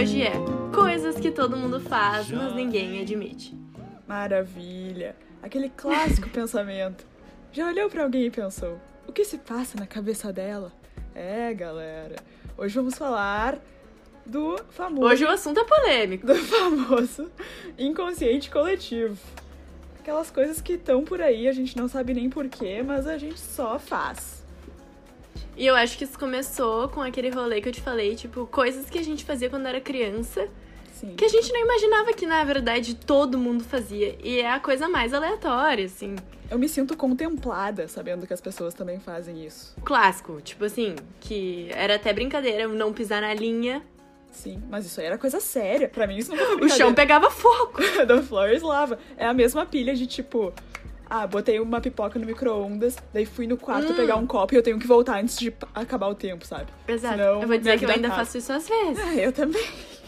hoje é coisas que todo mundo faz, mas ninguém admite. Maravilha. Aquele clássico pensamento. Já olhou pra alguém e pensou, o que se passa na cabeça dela? Galera, hoje vamos falar do famoso... Hoje o assunto é polêmico. Do famoso inconsciente coletivo. Aquelas coisas que estão por aí, a gente não sabe nem porquê, mas a gente só faz. E eu acho que isso começou com aquele rolê que eu te falei, tipo, coisas que a gente fazia quando era criança, Sim. que a gente não imaginava que, na verdade, todo mundo fazia. E é a coisa mais aleatória, assim. Eu me sinto contemplada, sabendo que as pessoas também fazem isso. Clássico, tipo assim, que era até brincadeira, não pisar na linha. Sim, mas isso aí era coisa séria. Pra mim isso não foi O brincadeira. chão pegava fogo. The floor is lava. É a mesma pilha de tipo... botei uma pipoca no micro-ondas, daí fui no quarto pegar um copo e eu tenho que voltar antes de acabar o tempo, sabe? Exato. Senão, eu vou dizer que eu ainda acaba. faço isso às vezes. Eu também.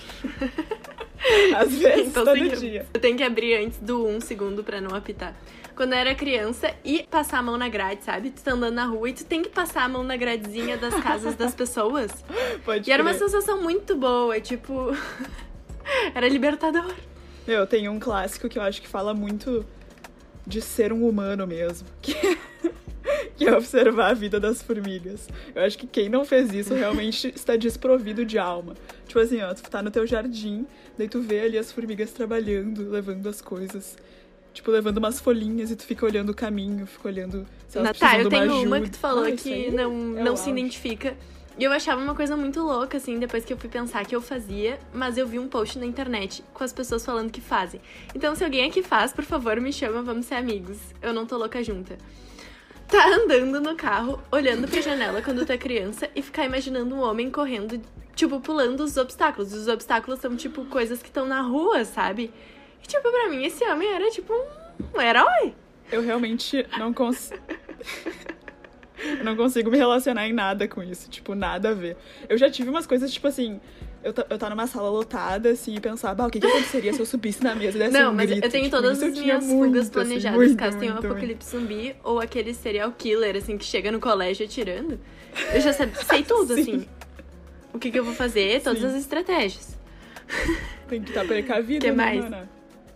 Às vezes, Então, todo assim, dia. Eu tenho que abrir antes do 1 segundo pra não apitar. Quando eu era criança, e passar a mão na grade, sabe? Tu tá andando na rua e tu tem que passar a mão na gradezinha das casas das pessoas. Pode E era uma crer. sensação muito boa, tipo... era libertador. Meu, tem um clássico que eu acho que fala muito de ser um humano mesmo. Que é observar a vida das formigas. Eu acho que quem não fez isso realmente está desprovido de alma. Tipo assim, ó, tu tá no teu jardim, daí tu vê ali as formigas trabalhando, levando as coisas. Tipo, levando umas folhinhas e tu fica olhando o caminho, fica olhando se elas Natália, eu precisam de tenho uma ajuda. que tu falou Isso que aí não o se auge. identifica. E eu achava uma coisa muito louca, assim, depois que eu fui pensar que eu fazia, mas eu vi um post na internet com as pessoas falando que fazem. Então, se alguém aqui faz, por favor, me chama, vamos ser amigos. Eu não tô louca junta. Tá andando no carro, olhando pra janela quando tu é criança e ficar imaginando um homem correndo, tipo, pulando os obstáculos. Os obstáculos são, tipo, coisas que estão na rua, sabe? E, tipo, pra mim, esse homem era, tipo, um herói. Eu realmente não consigo... Eu não consigo me relacionar em nada com isso, tipo, nada a ver. Eu já tive umas coisas, tipo assim, eu tá numa sala lotada, assim, e pensar, o que aconteceria se eu subisse na mesa e desse Não, um mas grito? eu tenho Tipo, todas isso eu as tinha minhas muito, fugas assim, planejadas, muito, caso tenha um muito, apocalipse zumbi ou aquele serial killer, assim, que chega no colégio atirando. Eu já sei tudo, Sim. assim. O que eu vou fazer, todas Sim. as estratégias. Tem que estar precavido, Que né, mais? mana?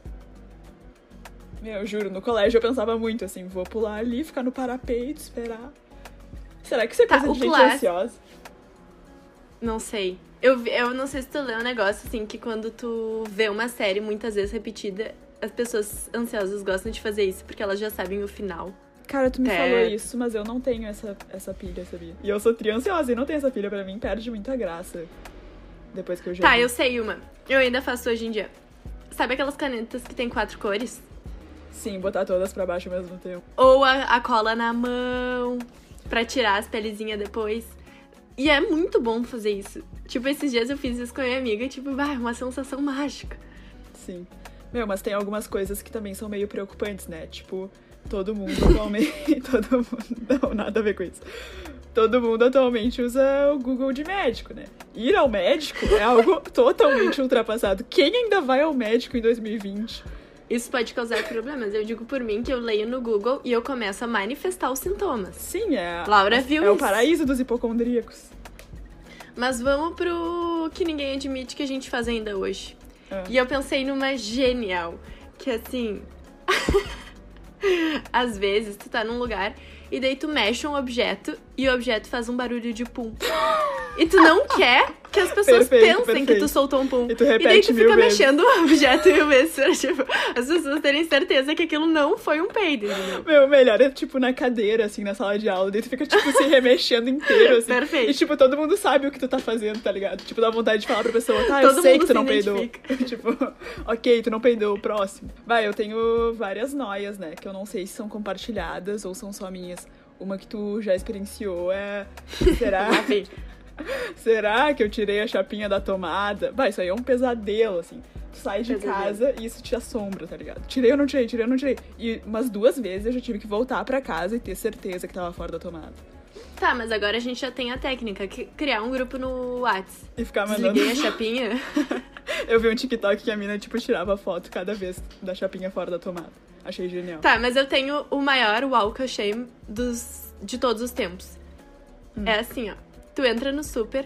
Meu, eu juro, no colégio eu pensava muito, assim, vou pular ali, ficar no parapeito, esperar. Será que isso é Tá, coisa o de gente pular- ansiosa? Não sei. Eu não sei se tu lê um negócio, assim, que quando tu vê uma série muitas vezes repetida, as pessoas ansiosas gostam de fazer isso, porque elas já sabem o final. Cara, tu me É. falou isso, mas eu não tenho essa pilha, sabia? E eu sou ansiosa e não tenho essa pilha, pra mim perde muita graça. Depois que eu já Tá, vi. eu sei uma. Eu ainda faço hoje em dia. Sabe aquelas canetas que tem 4 cores? Sim, botar todas pra baixo ao mesmo tempo. Ou a cola na mão, pra tirar as pelezinhas depois. E é muito bom fazer isso. Tipo, esses dias eu fiz isso com a minha amiga, tipo, uma sensação mágica. Sim. Meu, mas tem algumas coisas que também são meio preocupantes, né? Tipo, todo mundo atualmente... todo mundo... Não, nada a ver com isso. Todo mundo atualmente usa o Google de médico, né? Ir ao médico é algo totalmente ultrapassado. Quem ainda vai ao médico em 2020? Isso pode causar problemas. Eu digo por mim que eu leio no Google e eu começo a manifestar os sintomas. Sim, Laura viu é o isso. paraíso dos hipocondríacos. Mas vamos pro que ninguém admite que a gente faz ainda hoje. É. E eu pensei numa genial, que assim... Às vezes tu tá num lugar e daí tu mexe um objeto e o objeto faz um barulho de pum. E tu não quer que as pessoas Perfeito, pensem que perfeito. tu soltou um pum. E tu daí repete tu mil fica vezes. mexendo o objeto mil vezes pra, tipo, as pessoas terem certeza que aquilo não foi um peido, entendeu? Meu, melhor é, tipo, na cadeira, assim, na sala de aula. Daí tu fica, tipo, se remexendo inteiro, assim. Perfeito. E, tipo, todo mundo sabe o que tu tá fazendo, tá ligado? Tipo, dá vontade de falar pra pessoa, tá, eu Todo sei mundo que tu se não peidou. identifica. Tipo, ok, tu não peidou, o próximo. Vai, eu tenho várias noias, né, que eu não sei se são compartilhadas ou são só minhas. Uma que tu já experienciou é... Será? Lá vem. Será que eu tirei a chapinha da tomada? Vai, isso aí é um pesadelo, assim. Tu sai de Pesadelo. casa e isso te assombra, tá ligado? Tirei ou não tirei, tirei ou não tirei. E umas 2 vezes eu já tive que voltar pra casa e ter certeza que tava fora da tomada. Tá, mas agora a gente já tem a técnica, criar um grupo no Whats. E ficar mandando... Desliguei a chapinha. Eu vi um TikTok que a mina, tipo, tirava foto cada vez da chapinha fora da tomada. Achei genial. Tá, mas eu tenho o maior walk of shame de todos os tempos. É assim, ó. Tu entra no super,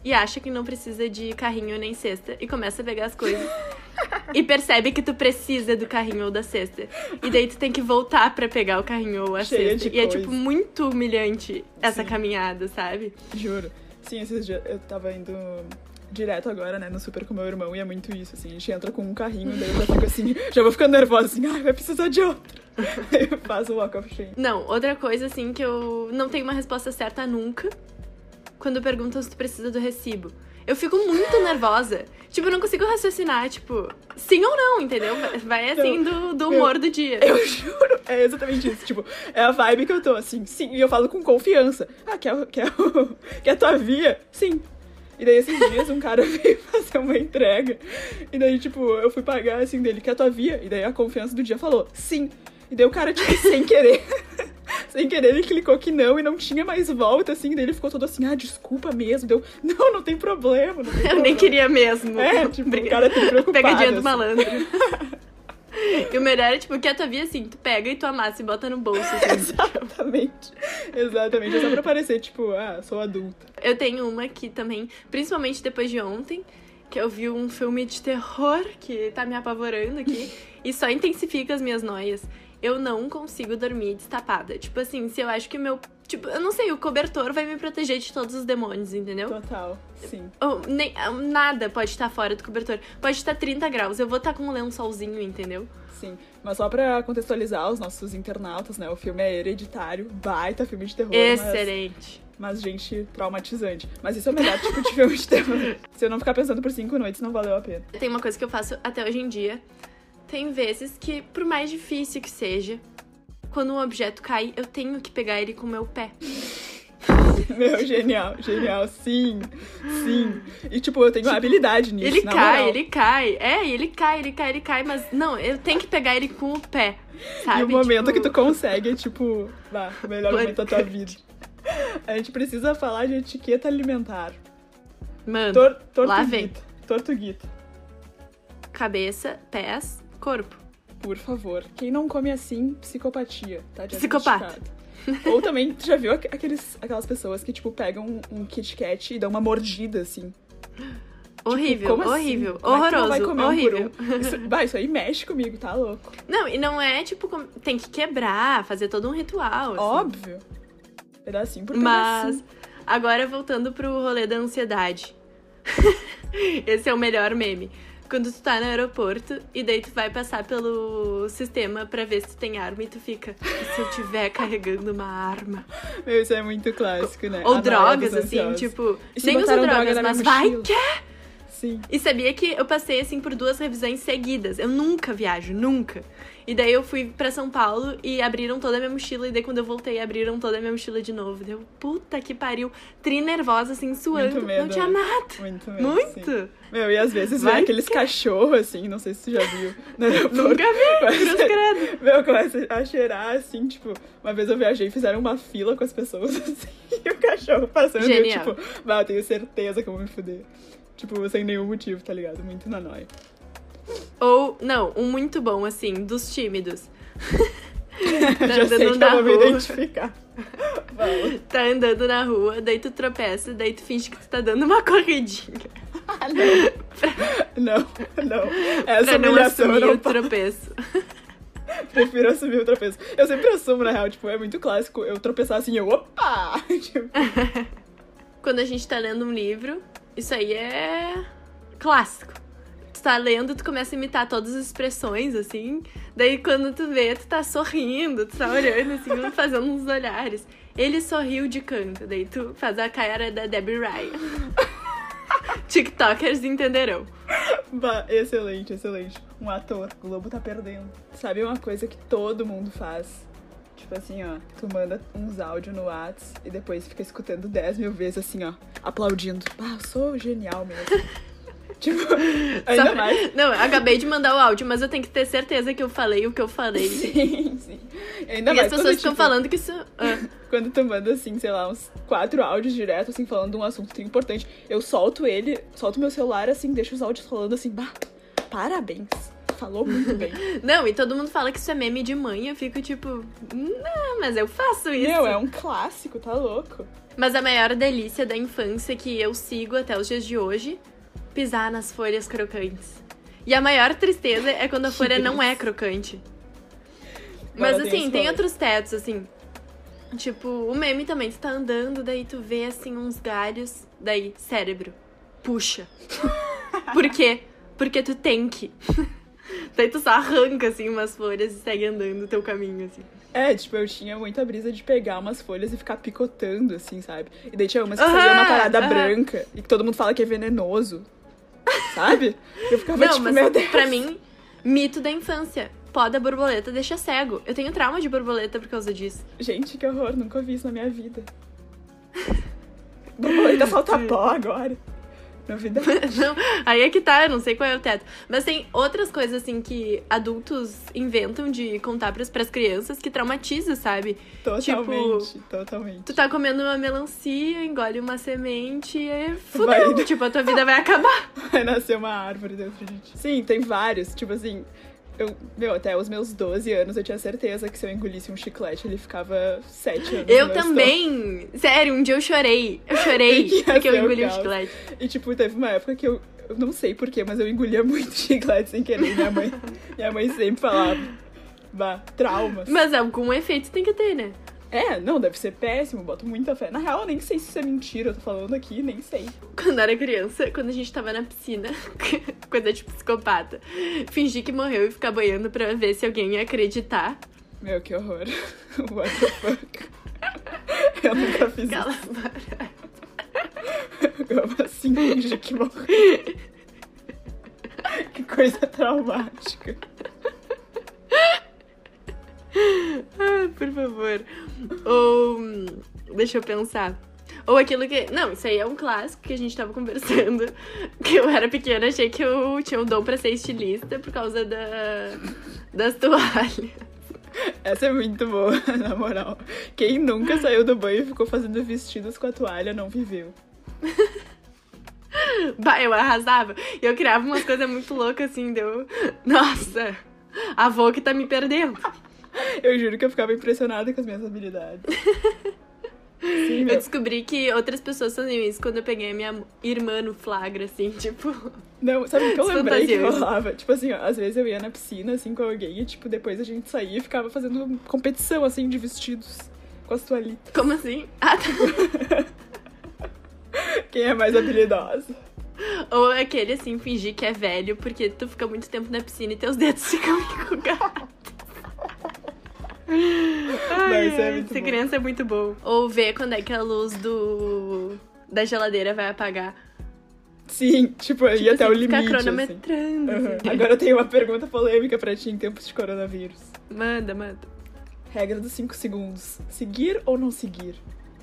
e acha que não precisa de carrinho nem cesta e começa a pegar as coisas e percebe que tu precisa do carrinho ou da cesta. E daí tu tem que voltar pra pegar o carrinho ou a cesta. E é, tipo, muito humilhante essa caminhada, sabe? Juro. Sim, esses dias eu tava indo direto agora, né, no super com meu irmão, e é muito isso, assim, a gente entra com um carrinho, daí eu já fico assim, já vou ficando nervosa, assim, vai precisar de outro. Aí eu faço o walk of shame. Não, outra coisa, assim, que eu não tenho uma resposta certa nunca, quando perguntam se tu precisa do recibo. Eu fico muito nervosa. Tipo, eu não consigo raciocinar, tipo, sim ou não, entendeu? Vai assim do humor do dia. Eu juro, é exatamente isso. Tipo, é a vibe que eu tô, assim, sim. E eu falo com confiança. Ah, quer tua via? Sim. E daí, esses dias, um cara veio fazer uma entrega. E daí, tipo, eu fui pagar, assim, dele, quer tua via? E daí a confiança do dia falou, sim. E daí o cara, tipo, sem querer, ele clicou que não e não tinha mais volta, assim. Daí ele ficou todo assim, desculpa mesmo. Deu, não tem problema. Não tem problema. Eu nem queria mesmo. É, tipo, o cara tá preocupado. Pegadinha do assim. malandro. E o melhor é, tipo, que a tua via, assim, tu pega e tu amassa e bota no bolso, assim. Exatamente. É só pra parecer, tipo, sou adulta. Eu tenho uma que também, principalmente depois de ontem, que eu vi um filme de terror que tá me apavorando aqui e só intensifica as minhas noias. Eu não consigo dormir destapada. Tipo assim, se eu acho que o meu... Tipo, eu não sei, o cobertor vai me proteger de todos os demônios, entendeu? Total, sim. Nada pode estar fora do cobertor. Pode estar 30 graus, eu vou estar com um lençolzinho, entendeu? Sim, mas só pra contextualizar os nossos internautas, né? O filme é Hereditário, baita filme de terror. Excelente. Mas gente, traumatizante. Mas isso é o melhor tipo de filme de terror. Se eu não ficar pensando por 5 noites, não valeu a pena. Tem uma coisa que eu faço até hoje em dia. Tem vezes que, por mais difícil que seja, quando um objeto cai, eu tenho que pegar ele com o meu pé. Meu, genial, sim. E tipo, eu tenho habilidade nisso, ele cai, ele cai, mas não, eu tenho que pegar ele com o pé, sabe? E o momento que tu consegue é tipo, o melhor momento da tua vida. A gente precisa falar de etiqueta alimentar. Mano, lá vem. Tortuguita. Cabeça, pés, corpo. Por favor. Quem não come assim, psicopatia, tá? Psicopata. Ou também, tu já viu aquelas pessoas que, tipo, pegam um Kit Kat e dão uma mordida, assim? Horrível, tipo, horrível, assim? horroroso, vai comer horrível. Isso aí mexe comigo, tá louco? Não, e não é, tipo, tem que quebrar, fazer todo um ritual, assim. Óbvio. Pedacinho por pedacinho. Mas, agora voltando pro rolê da ansiedade. Esse é o melhor meme. Quando tu tá no aeroporto e daí tu vai passar pelo sistema pra ver se tu tem arma e tu fica, e se eu tiver carregando uma arma? Meu, isso é muito clássico, né? Ou drogas, assim, tipo, nem uso drogas, mas vai que... Sim. E sabia que eu passei, assim, por 2 revisões seguidas. Eu nunca viajo, nunca. E daí eu fui pra São Paulo e abriram toda a minha mochila. E daí quando eu voltei, abriram toda a minha mochila de novo. Deu, puta que pariu. Nervosa, assim, suando. Muito medo, não tinha nada. Muito medo, muito. Sim. Meu, e às vezes vem aqueles cachorros, assim, não sei se tu já viu. Nunca vi, cruz credo. Meu, começa a cheirar, assim, tipo... Uma vez eu viajei e fizeram uma fila com as pessoas, assim. E o cachorro passando. Genial. E eu, tipo, eu tenho certeza que eu vou me fuder. Tipo, sem nenhum motivo, tá ligado? Muito na nóia. Ou, não, um muito bom, assim, dos tímidos. Já sei que eu vou me identificar. Tá andando na rua, daí tu tropeça, daí tu finge que tu tá dando uma corridinha. Não. Essa pra humilhação não assumir eu não o tropeço. Prefiro assumir o tropeço. Eu sempre assumo, na real, tipo, é muito clássico eu tropeçar assim, opa! Tipo... Quando a gente tá lendo um livro, isso aí é clássico. Tu tá lendo, tu começa a imitar todas as expressões, assim. Daí quando tu vê, tu tá sorrindo, tu tá olhando, assim, fazendo uns olhares. Ele sorriu de canto, daí tu faz a cara da Debbie Ryan. TikTokers entenderão. Excelente. Um ator. O Globo tá perdendo. Sabe uma coisa que todo mundo faz? Tipo assim, ó, tu manda uns áudios no Whats e depois fica escutando 10 mil vezes assim, ó, aplaudindo. Eu sou genial mesmo. Tipo, ainda mais. Não, eu acabei de mandar o áudio, mas eu tenho que ter certeza que eu falei o que eu falei. Sim. Ainda e mais as pessoas ficam falando que isso... Quando tu manda, assim, sei lá, uns 4 áudios direto, assim, falando de um assunto importante, eu solto meu celular, assim, deixo os áudios falando assim, parabéns. Falou muito bem. Não, e todo mundo fala que isso é meme de mãe. Eu fico tipo, não, mas eu faço isso. Meu, é um clássico, tá louco. Mas a maior delícia da infância que eu sigo até os dias de hoje, pisar nas folhas crocantes. E a maior tristeza é quando a folha não é crocante. Mas assim, tem outros tetos, assim. Tipo, o meme também, tu tá andando, daí tu vê assim uns galhos, daí, cérebro, puxa. Por quê? Porque tu tem que. Daí tu só arranca, assim, umas folhas e segue andando o teu caminho, assim. É, tipo, eu tinha muita brisa de pegar umas folhas e ficar picotando, assim, sabe? E daí tinha umas que faziam uma parada branca e que todo mundo fala que é venenoso, sabe? Eu ficava tipo, mas meu Deus. Pra mim, mito da infância. Pó da borboleta deixa cego. Eu tenho trauma de borboleta por causa disso. Gente, que horror, nunca ouvi isso na minha vida. Borboleta falta pó agora. Novidade. Não, aí é que tá, eu não sei qual é o teto. Mas tem outras coisas, assim, que adultos inventam de contar pras crianças que traumatiza, sabe? Totalmente, tipo, totalmente. Tu tá comendo uma melancia, engole uma semente e fudeu. Tipo, a tua vida vai acabar. Vai nascer uma árvore dentro de ti. Sim, tem vários. Tipo assim, até os meus 12 anos eu tinha certeza que se eu engolisse um chiclete, ele ficava 7 anos. Eu também! Sério, um dia eu chorei. Eu chorei porque eu engoli um chiclete. E tipo, teve uma época que eu não sei porquê, mas eu engolia muito chiclete sem querer. Minha mãe sempre falava, traumas. Mas algum efeito tem que ter, né? É, não, deve ser péssimo, boto muita fé. Na real, eu nem sei se isso é mentira, eu tô falando aqui, nem sei. Quando era criança, quando a gente tava na piscina, coisa de psicopata, fingir que morreu e ficar boiando pra ver se alguém ia acreditar. Meu, que horror. What the fuck? Eu nunca fiz Cala isso. Para. Como assim fingir que morreu? Que coisa traumática. Ah, por favor. Ou, deixa eu pensar. Ou aquilo que... Não, isso aí é um clássico que a gente tava conversando. Que eu era pequena, achei que eu tinha o dom pra ser estilista por causa das toalhas. Essa é muito boa, na moral. Quem nunca saiu do banho e ficou fazendo vestidos com a toalha não viveu. Bah, eu arrasava. E eu criava umas coisas muito loucas, assim, deu... Nossa, a avó que tá me perdendo. Eu juro que eu ficava impressionada com as minhas habilidades. Sim, eu descobri que outras pessoas faziam isso quando eu peguei a minha irmã no flagra, assim, tipo... Não, sabe o que eu lembrei que rolava? Tipo assim, ó, às vezes eu ia na piscina, assim, com alguém e, tipo, depois a gente saía e ficava fazendo competição, assim, de vestidos com as toalhitas. Como assim? Ah, tá. Quem é mais habilidosa? Ou aquele, assim, fingir que é velho porque tu fica muito tempo na piscina e teus dedos ficam enrugados. Ai, isso é muito essa bom. criança é muito bom. Ou ver quando é que a luz da geladeira vai apagar. Sim, tipo, eu ia até assim, o limite, ficar cronometrando. Assim. Assim. Agora eu tenho uma pergunta polêmica pra ti em tempos de coronavírus. Manda. Regra dos 5 segundos. Seguir ou não seguir?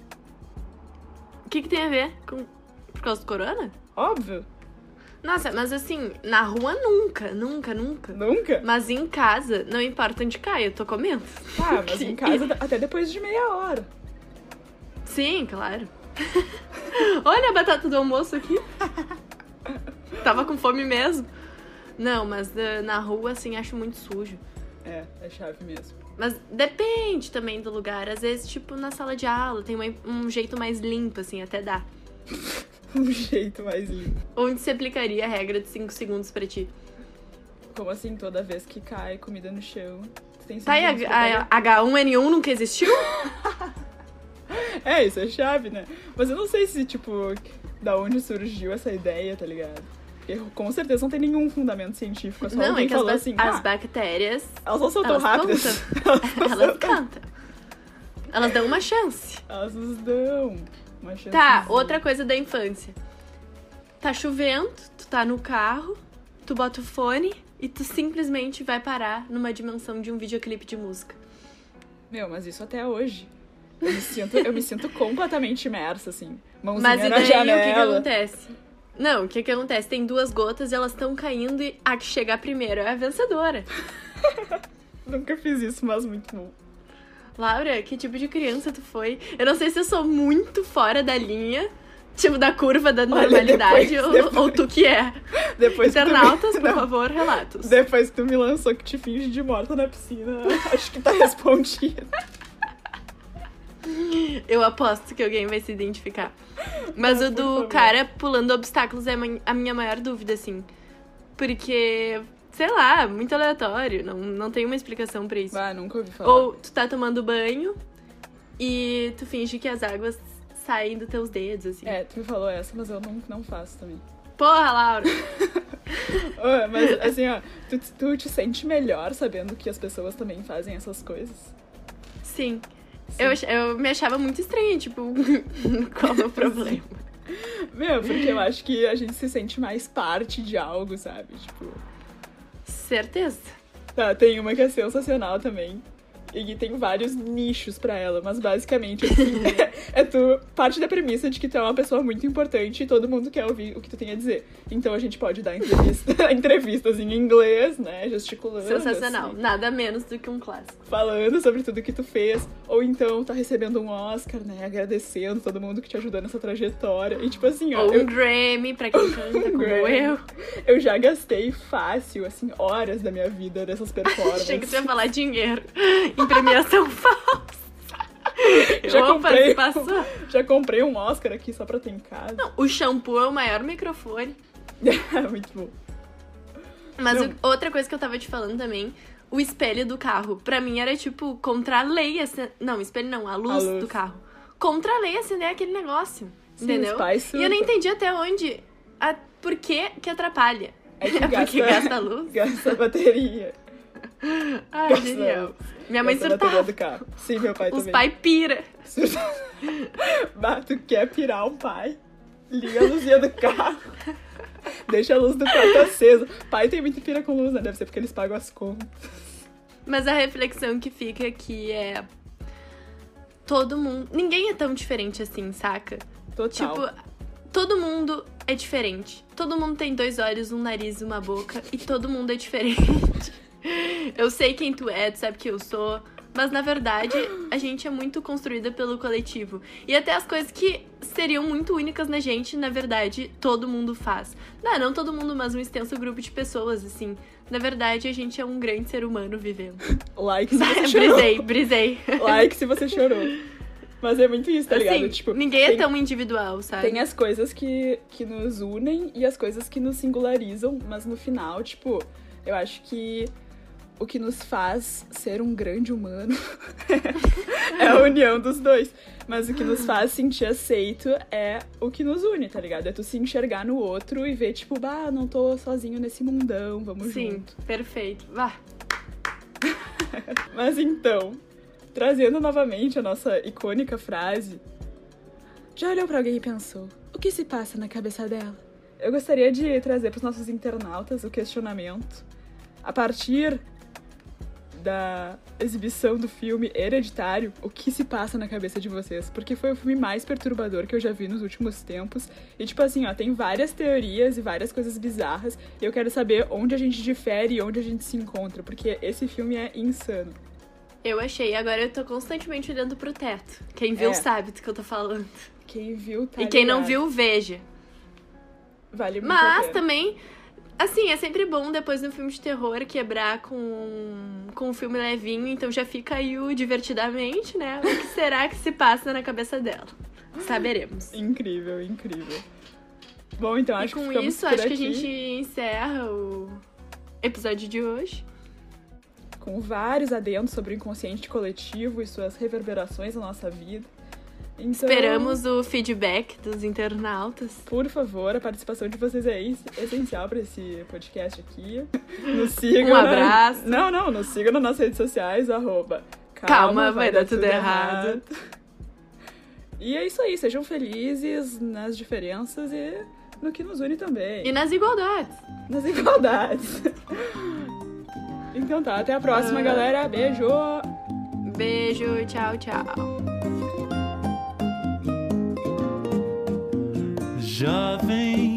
O que tem a ver com... Por causa do corona? Óbvio. Nossa, mas assim, na rua nunca. Nunca? Mas em casa, não importa onde cai, eu tô comendo. Ah, mas em casa até depois de meia hora. Sim, claro. Olha a batata do almoço aqui. Tava com fome mesmo. Não, mas na rua, assim, acho muito sujo. É chave mesmo. Mas depende também do lugar. Às vezes, tipo, na sala de aula, tem um jeito mais limpo, assim, até dá. Um jeito mais limpo. Onde se aplicaria a regra de 5 segundos pra ti? Como assim, toda vez que cai comida no chão, tem 5 Tá, e a H1N1 nunca existiu? É, isso é chave, né? Mas eu não sei se, tipo, da onde surgiu essa ideia, tá ligado? Porque com certeza não tem nenhum fundamento científico. É só Não, alguém é que falou assim, as bactérias... Elas não são tão rápidas. Elas cantam. Elas dão uma chance. Elas nos dão uma chance. Tá, outra coisa da infância. Tá chovendo, tu tá no carro, tu bota o fone e tu simplesmente vai parar numa dimensão de um videoclipe de música. Meu, mas isso até hoje. Eu me sinto completamente imersa, assim. Mãozinha mas e na daí janela. o que acontece? Não, o que acontece? Tem 2 gotas e elas estão caindo e a que chegar primeiro é a vencedora. Nunca fiz isso, mas muito bom. Laura, que tipo de criança tu foi? Eu não sei se eu sou muito fora da linha, Tipo, da curva da Olha, normalidade depois- ou tu que é? Depois que tu me- Internautas, por Não, favor, relatos. Depois que tu me lançou que te finge de morta na piscina, acho que tá respondido. Eu aposto que alguém vai se identificar. Mas Ah, o por do favor. cara pulando obstáculos é a minha maior dúvida, assim. Porque, sei lá, muito aleatório. Não tem uma explicação pra isso. Ah, nunca ouvi falar. Ou tu tá tomando banho e tu finge que as águas saem dos teus dedos, assim. É, tu me falou essa, mas eu não faço também. Porra, Laura! Mas, assim, ó, tu te sente melhor sabendo que as pessoas também fazem essas coisas? Sim. Sim. Eu me achava muito estranha, tipo, qual é o problema? Meu, porque eu acho que a gente se sente mais parte de algo, sabe? Tipo, Certeza. tá, tem uma que é sensacional também. E tem vários nichos pra ela, mas basicamente, assim, tu parte da premissa de que tu é uma pessoa muito importante e todo mundo quer ouvir o que tu tem a dizer. Então a gente pode dar entrevistas em inglês, né, gesticulando. Sensacional. assim, Nada menos do que um clássico. falando sobre tudo que tu fez. Ou então tá recebendo um Oscar, né, agradecendo todo mundo que te ajudou nessa trajetória. E tipo assim, ó, Ou um Grammy, pra quem canta como Grammy. eu. eu já gastei fácil, assim, horas da minha vida nessas performances. Achei que você ia falar dinheiro. Em premiação falsa. Opa, se passou. Já comprei um Oscar aqui só pra ter em casa. Não, o shampoo é o maior microfone. Muito bom. Mas Não. outra coisa que eu tava te falando também, o espelho do carro. Pra mim era tipo, contra a lei. Não, espelho não, a luz do carro. Contra a lei acender aquele negócio. Sim, entendeu? os pais E eu não surtam. entendi até onde. Por que atrapalha? É que porque gasta luz? Gasta bateria. Ai, Gasta- genial. Minha mãe gasta a bateria surtava. do carro. Sim, meu pai Os também. pais pira. Bah, tu quer pirar um pai? Liga a luzinha do carro. Deixa a luz do quarto acesa. Pai tem muito pira com luz, né? Deve ser porque eles pagam as contas. Mas a reflexão que fica aqui é... Todo mundo... Ninguém é tão diferente assim, saca? Total. Tipo, todo mundo é diferente. Todo mundo tem 2 olhos, um nariz e uma boca. E todo mundo é diferente. Eu sei quem tu é, tu sabe que eu sou. Mas, na verdade, a gente é muito construída pelo coletivo. E até as coisas que seriam muito únicas na gente, na verdade, todo mundo faz. Não todo mundo, mas um extenso grupo de pessoas, assim. Na verdade, a gente é um grande ser humano vivendo. Like se você chorou. Brisei. Like se você chorou. Mas é muito isso, tá ligado? Assim, Tipo, ninguém é tem- tão individual, sabe? Tem as coisas que nos unem e as coisas que nos singularizam, mas no final, tipo, eu acho que o que nos faz ser um grande humano é a união dos dois. Mas o que nos faz sentir aceito é o que nos une, tá ligado? É tu se enxergar no outro e ver, tipo, bah, não tô sozinho nesse mundão, vamos Sim, junto. perfeito. Vá. Mas então, trazendo novamente a nossa icônica frase, já olhou pra alguém e pensou, o que se passa na cabeça dela? Eu gostaria de trazer pros nossos internautas o questionamento a partir da exibição do filme Hereditário, o que se passa na cabeça de vocês? Porque foi o filme mais perturbador que eu já vi nos últimos tempos. E, tipo assim, ó, tem várias teorias e várias coisas bizarras. E eu quero saber onde a gente difere e onde a gente se encontra. Porque esse filme é insano. Eu achei, agora eu tô constantemente olhando pro teto. Quem viu É. sabe do que eu tô falando. Quem viu, tá E quem não ligado. viu, veja. Vale muito a Mas pena. também, assim, é sempre bom depois do filme de terror quebrar com um filme levinho, então já fica aí o divertidamente, né? O que será que se passa na cabeça dela? Saberemos. Incrível, incrível. Bom, então E acho que com ficamos isso, por acho que a aqui gente encerra o episódio de hoje. com vários adendos sobre o inconsciente coletivo e suas reverberações na nossa vida. Então, Esperamos o feedback dos internautas. por favor, a participação de vocês é essencial para esse podcast aqui. Nos sigam. Um abraço. Não, nos sigam nas nossas redes sociais, Calma, vai dar tudo errado. E é isso aí, sejam felizes nas diferenças e no que nos une também. E nas igualdades. Nas igualdades. Então tá, até a próxima, galera. Beijo! Beijo, tchau, tchau. Jovem